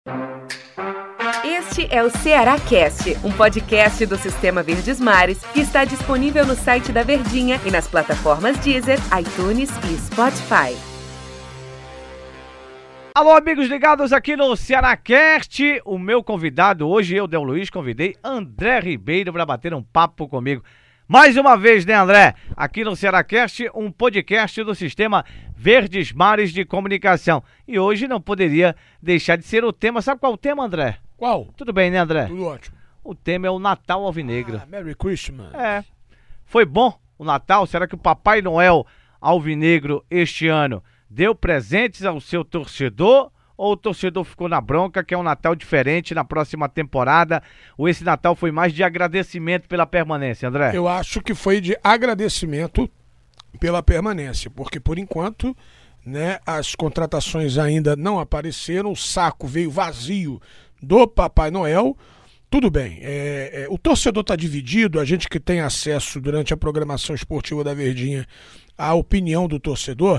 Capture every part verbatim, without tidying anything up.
Este é o Ceará Cast, um podcast do Sistema Verdes Mares que está disponível no site da Verdinha e nas plataformas Deezer, iTunes e Spotify. Alô, amigos ligados aqui no Ceará Cast. O meu convidado hoje, eu, Del Luiz, convidei André Ribeiro para bater um papo comigo. Mais uma vez, né, André? Aqui no Ceará Cast, um podcast do Sistema Verdes Mares de Comunicação. E hoje não poderia deixar de ser o tema. Sabe qual é o tema, André? Qual? Tudo bem, né, André? Tudo ótimo. O tema é o Natal Alvinegro. Ah, Merry Christmas. É. Foi bom o Natal? Será que o Papai Noel Alvinegro este ano deu presentes ao seu torcedor? Ou o torcedor ficou na bronca, que é um Natal diferente na próxima temporada? Ou esse Natal foi mais de agradecimento pela permanência, André? Eu acho que foi de agradecimento pela permanência, porque por enquanto, né, as contratações ainda não apareceram, o saco veio vazio do Papai Noel. Tudo bem, é, é, o torcedor está dividido, a gente que tem acesso durante a programação esportiva da Verdinha à opinião do torcedor,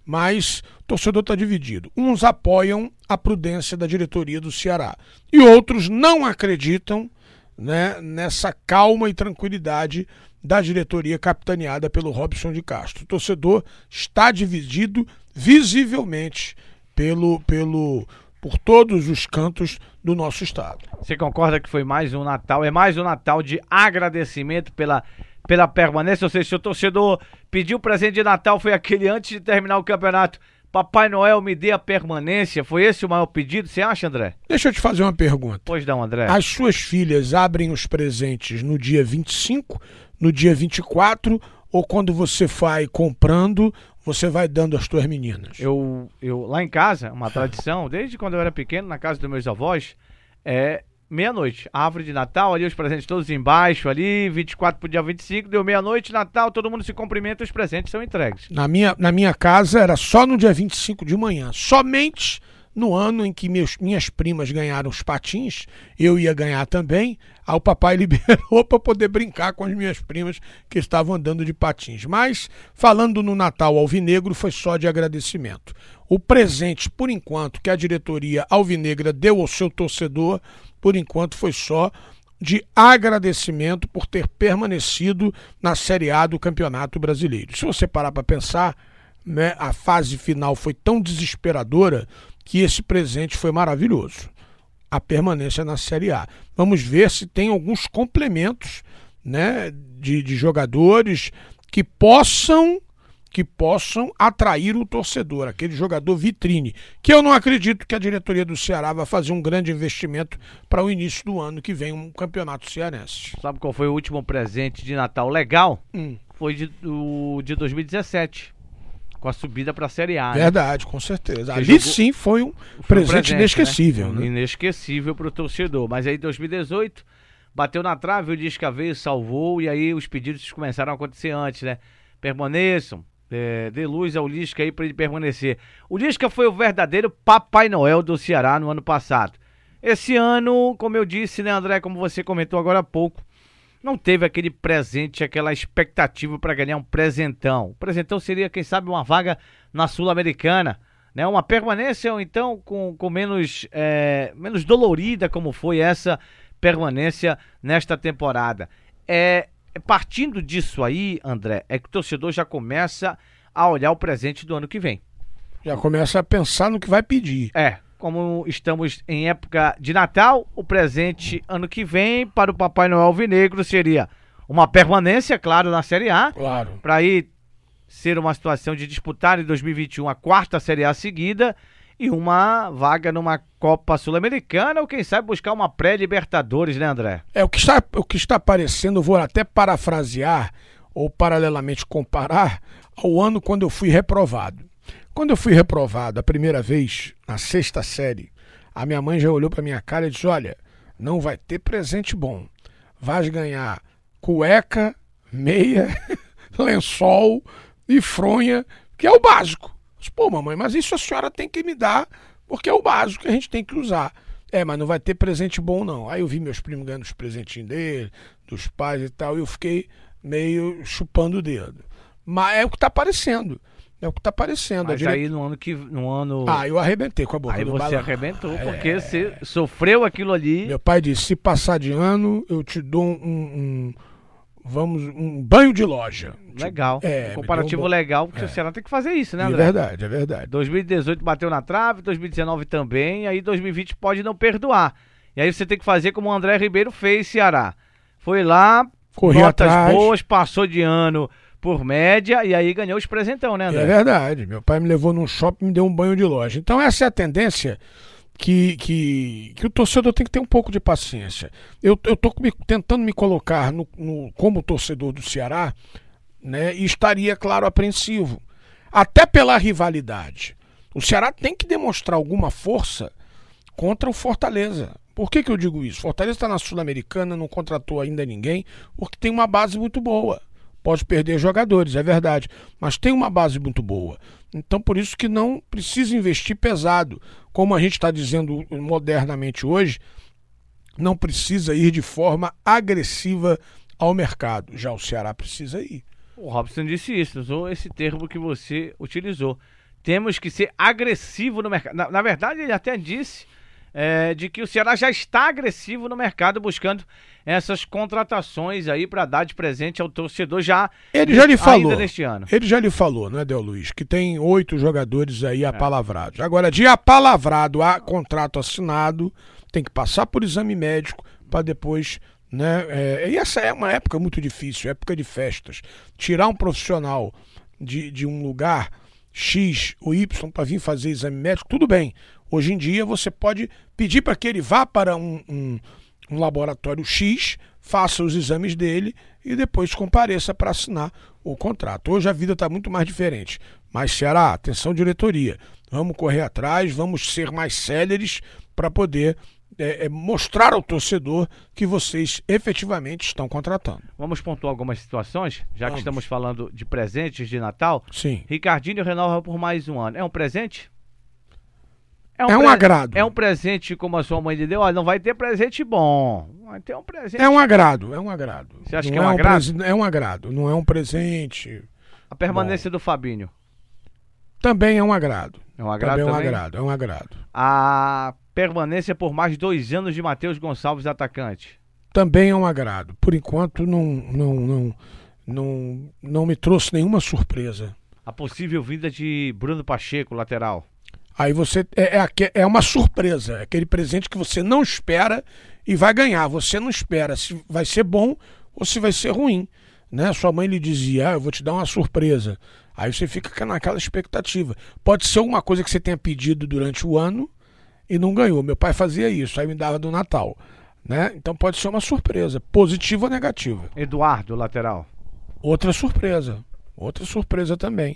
mas o torcedor está dividido. Uns apoiam a prudência da diretoria do Ceará e outros não acreditam, né, nessa calma e tranquilidade da diretoria capitaneada pelo Robson de Castro. O torcedor está dividido visivelmente pelo, pelo, por todos os cantos do nosso estado. Você concorda que foi mais um Natal, é mais um Natal de agradecimento pela, pela permanência? Ou seja, se o torcedor pediu presente de Natal, foi aquele antes de terminar o campeonato: Papai Noel, me dê a permanência. Foi esse o maior pedido, você acha, André? Deixa eu te fazer uma pergunta. Pois não, André. As suas filhas abrem os presentes no dia vinte e cinco, no dia vinte e quatro, ou quando você vai comprando, você vai dando às tuas meninas? Eu, eu, lá em casa, uma tradição, desde quando eu era pequeno, na casa dos meus avós, é meia-noite, árvore de Natal, ali os presentes todos embaixo, ali, vinte e quatro pro dia vinte e cinco, deu meia-noite, Natal, todo mundo se cumprimenta, os presentes são entregues. Na minha, na minha casa era só no dia vinte e cinco de manhã, somente no ano em que meus, minhas primas ganharam os patins, eu ia ganhar também, aí o papai liberou para poder brincar com as minhas primas que estavam andando de patins. Mas, falando no Natal alvinegro, foi só de agradecimento. O presente, por enquanto, que a diretoria alvinegra deu ao seu torcedor, por enquanto foi só de agradecimento por ter permanecido na Série A do Campeonato Brasileiro. Se você parar para pensar, né, a fase final foi tão desesperadora que esse presente foi maravilhoso. A permanência na Série A. Vamos ver se tem alguns complementos, né, de, de jogadores que possam, que possam atrair o torcedor, aquele jogador vitrine, que eu não acredito que a diretoria do Ceará vai fazer um grande investimento para o início do ano que vem, um campeonato cearense. Sabe qual foi o último presente de Natal legal? Hum. Foi de, o, de dois mil e dezessete. Com a subida para a Série A. Verdade, né? Com certeza. Você Ali jogou... sim foi um, foi presente, um presente inesquecível. Né? Né? Inesquecível para o torcedor. Mas aí em dois mil e dezoito, bateu na trave, o Lisca veio, salvou, e aí os pedidos começaram a acontecer antes, né? Permaneçam, é, dê luz ao Lisca aí para ele permanecer. O Lisca foi o verdadeiro Papai Noel do Ceará no ano passado. Esse ano, como eu disse, né, André, como você comentou agora há pouco, não teve aquele presente, aquela expectativa para ganhar um presentão. O presentão seria, quem sabe, uma vaga na Sul-Americana, né? Uma permanência, ou então com, com menos, é, menos dolorida, como foi essa permanência nesta temporada. É, partindo disso aí, André, é que o torcedor já começa a olhar o presente do ano que vem. Já começa a pensar no que vai pedir. É. Como estamos em época de Natal, o presente ano que vem para o Papai Noel Alvinegro seria uma permanência, claro, na Série A. Claro. Para aí ser uma situação de disputar em dois mil e vinte e um a quarta Série A seguida e uma vaga numa Copa Sul-Americana ou quem sabe buscar uma pré-Libertadores, né, André? É, o que está, o que está aparecendo, eu vou até parafrasear ou paralelamente comparar ao ano quando eu fui reprovado. Quando eu fui reprovado a primeira vez, na sexta série, a minha mãe já olhou para minha cara e disse: olha, não vai ter presente bom. Vais ganhar cueca, meia, lençol e fronha, que é o básico. Eu disse: pô, mamãe, mas isso a senhora tem que me dar, porque é o básico que a gente tem que usar. É, mas não vai ter presente bom, não. Aí eu vi meus primos ganhando os presentinhos dele, dos pais e tal, e eu fiquei meio chupando o dedo. Mas é o que está aparecendo. É o que tá parecendo. Mas dire... aí no ano que... No ano... Ah, eu arrebentei com a boca Aí do você balão. arrebentou, É... porque você sofreu aquilo ali. Meu pai disse, se passar de ano, eu te dou um... um vamos, um banho de loja. Legal. É, um comparativo um bom... legal, porque é. o Ceará tem que fazer isso, né, É André? verdade, é verdade. dois mil e dezoito bateu na trave, dois mil e dezenove também, aí dois mil e vinte pode não perdoar. E aí você tem que fazer como o André Ribeiro fez, Ceará. Foi lá, correu notas atrás. boas, passou de ano por média e aí ganhou os presentão, né, André? É verdade. Meu pai me levou num shopping e me deu um banho de loja. Então essa é a tendência que, que, que o torcedor tem que ter um pouco de paciência. Eu estou tentando me colocar no, no, como torcedor do Ceará, né, e estaria, claro, apreensivo. Até pela rivalidade. O Ceará tem que demonstrar alguma força contra o Fortaleza. Por que, que eu digo isso? Fortaleza está na Sul-Americana, não contratou ainda ninguém, porque tem uma base muito boa. Pode perder jogadores, é verdade, mas tem uma base muito boa. Então, por isso que não precisa investir pesado. Como a gente está dizendo modernamente hoje, não precisa ir de forma agressiva ao mercado. Já o Ceará precisa ir. O Robson disse isso, usou esse termo que você utilizou. Temos que ser agressivo no mercado. Na, na verdade, ele até disse é, de que o Ceará já está agressivo no mercado, buscando essas contratações aí para dar de presente ao torcedor já. Ele já lhe falou. Ainda neste ano. Ele já lhe falou, né, Del Luiz, que tem oito jogadores aí apalavrados. É. Agora, de apalavrado a contrato assinado, tem que passar por exame médico para depois, né? É, e essa é uma época muito difícil, época de festas. Tirar um profissional de, de um lugar X ou Y para vir fazer exame médico, tudo bem. Hoje em dia você pode pedir para que ele vá para um, um, um laboratório X, faça os exames dele e depois compareça para assinar o contrato. Hoje a vida está muito mais diferente. Mas Ceará, atenção diretoria, vamos correr atrás, vamos ser mais céleres para poder é, é, mostrar ao torcedor que vocês efetivamente estão contratando. Vamos pontuar algumas situações, já vamos. que estamos falando de presentes de Natal. Sim. Ricardinho renova por mais um ano. É um presente? É um, é um pre... agrado. É um presente como a sua mãe lhe deu? Olha, não vai ter presente bom. Vai ter um presente. É um agrado, é um agrado. Você acha não que é um é agrado? Um pres... É um agrado, não é um presente. A permanência bom. do Fabinho? Também é um agrado. É um agrado também? também? É um agrado, é um agrado. A permanência por mais dois anos de Matheus Gonçalves, atacante? Também é um agrado. Por enquanto não, não, não, não, não me trouxe nenhuma surpresa. A possível vinda de Bruno Pacheco, lateral? Aí você é, é, é uma surpresa, é aquele presente que você não espera e vai ganhar. Você não espera se vai ser bom ou se vai ser ruim, né? Sua mãe lhe dizia, ah, eu vou te dar uma surpresa. Aí você fica naquela expectativa. Pode ser alguma coisa que você tenha pedido durante o ano e não ganhou. Meu pai fazia isso, aí me dava do Natal, né? Então pode ser uma surpresa, positiva ou negativa. Eduardo, lateral? Outra surpresa, outra surpresa também.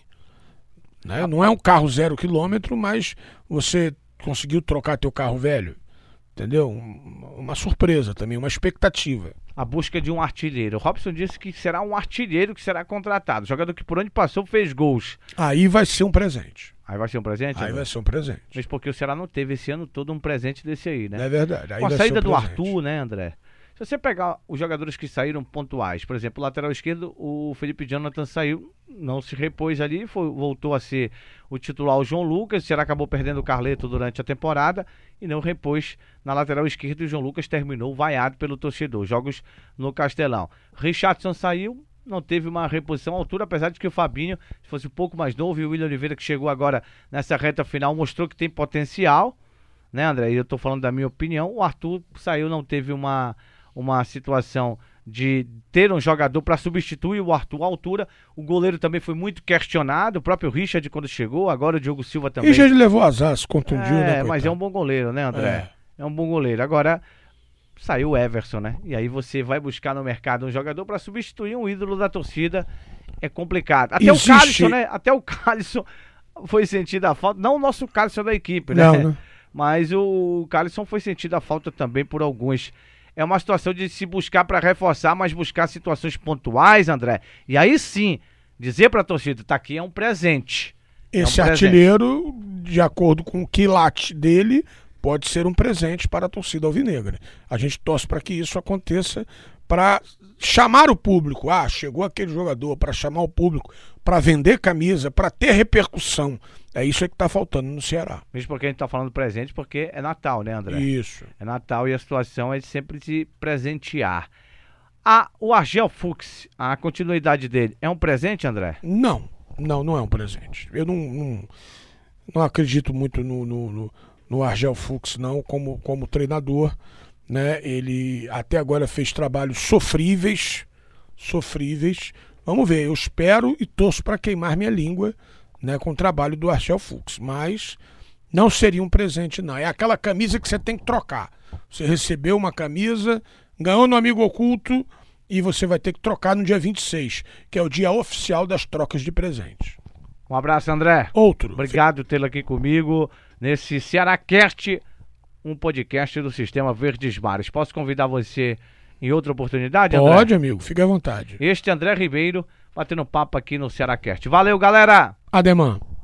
Né? Não é um carro zero quilômetro, mas você conseguiu trocar teu carro velho, entendeu? Uma surpresa também, uma expectativa. A busca de um artilheiro. O Robson disse que será um artilheiro que será contratado. Jogador que por onde passou fez gols. Aí vai ser um presente. Aí vai ser um presente? Aí né? vai ser um presente. Mas porque o Ceará não teve esse ano todo um presente desse aí, né? É verdade. Aí Com a vai saída ser um do presente. Arthur, né, André? Se você pegar os jogadores que saíram pontuais, por exemplo, o lateral esquerdo, o Felipe Jonathan saiu, não se repôs ali, foi, voltou a ser o titular o João Lucas, o Ceará acabou perdendo o Carleto durante a temporada e não repôs na lateral esquerda e o João Lucas terminou vaiado pelo torcedor. Jogos no Castelão. Richardson saiu, não teve uma reposição à altura, apesar de que o Fabinho, se fosse um pouco mais novo, e o William Oliveira, que chegou agora nessa reta final, mostrou que tem potencial, né, André? E eu tô falando da minha opinião. O Arthur saiu, não teve uma... uma situação de ter um jogador para substituir o Arthur à altura. O goleiro também foi muito questionado, o próprio Richard quando chegou, agora o Diogo Silva também. E já levou azar, se contundiu, é, né, mas coitado? é um bom goleiro, né, André? É. é um bom goleiro. Agora, saiu o Everson, né? E aí você vai buscar no mercado um jogador para substituir um ídolo da torcida. É complicado. Até Existe... o Calisson, né? Até o Calisson foi sentido a falta. Não o nosso Calisson da equipe, né? Não, não. Mas o Calisson foi sentido a falta também por alguns. É uma situação de se buscar para reforçar, mas buscar situações pontuais, André. E aí sim, dizer para a torcida, tá aqui é um presente. Esse é um artilheiro, presente. de acordo com o quilate dele, pode ser um presente para a torcida alvinegra. A gente torce para que isso aconteça, para chamar o público. Ah, chegou aquele jogador, para chamar o público, para vender camisa, para ter repercussão. É isso aí que está faltando no Ceará. Mesmo porque a gente está falando presente, porque é Natal, né, André? Isso. É Natal e a situação é de sempre se presentear. Ah, o Argel Fuchs, a continuidade dele, é um presente, André? Não, não, não é um presente. Eu não, não, não acredito muito no, no, no, no Argel Fuchs, não, como, como treinador. Né? Ele até agora fez trabalhos sofríveis, sofríveis. Vamos ver, eu espero e torço para queimar minha língua, né, com o trabalho do Argel Fuchs, mas não seria um presente, não. É aquela camisa que você tem que trocar. Você recebeu uma camisa, ganhou no Amigo Oculto e você vai ter que trocar no dia vinte e seis, que é o dia oficial das trocas de presentes. Um abraço, André. Outro. Obrigado por tê-lo aqui comigo nesse CearáCast, um podcast do Sistema Verdes Mares. Posso convidar você em outra oportunidade, André? Pode, amigo. Fique à vontade. Este é André Ribeiro, batendo papo aqui no CearáCast. Valeu, galera! Ademã.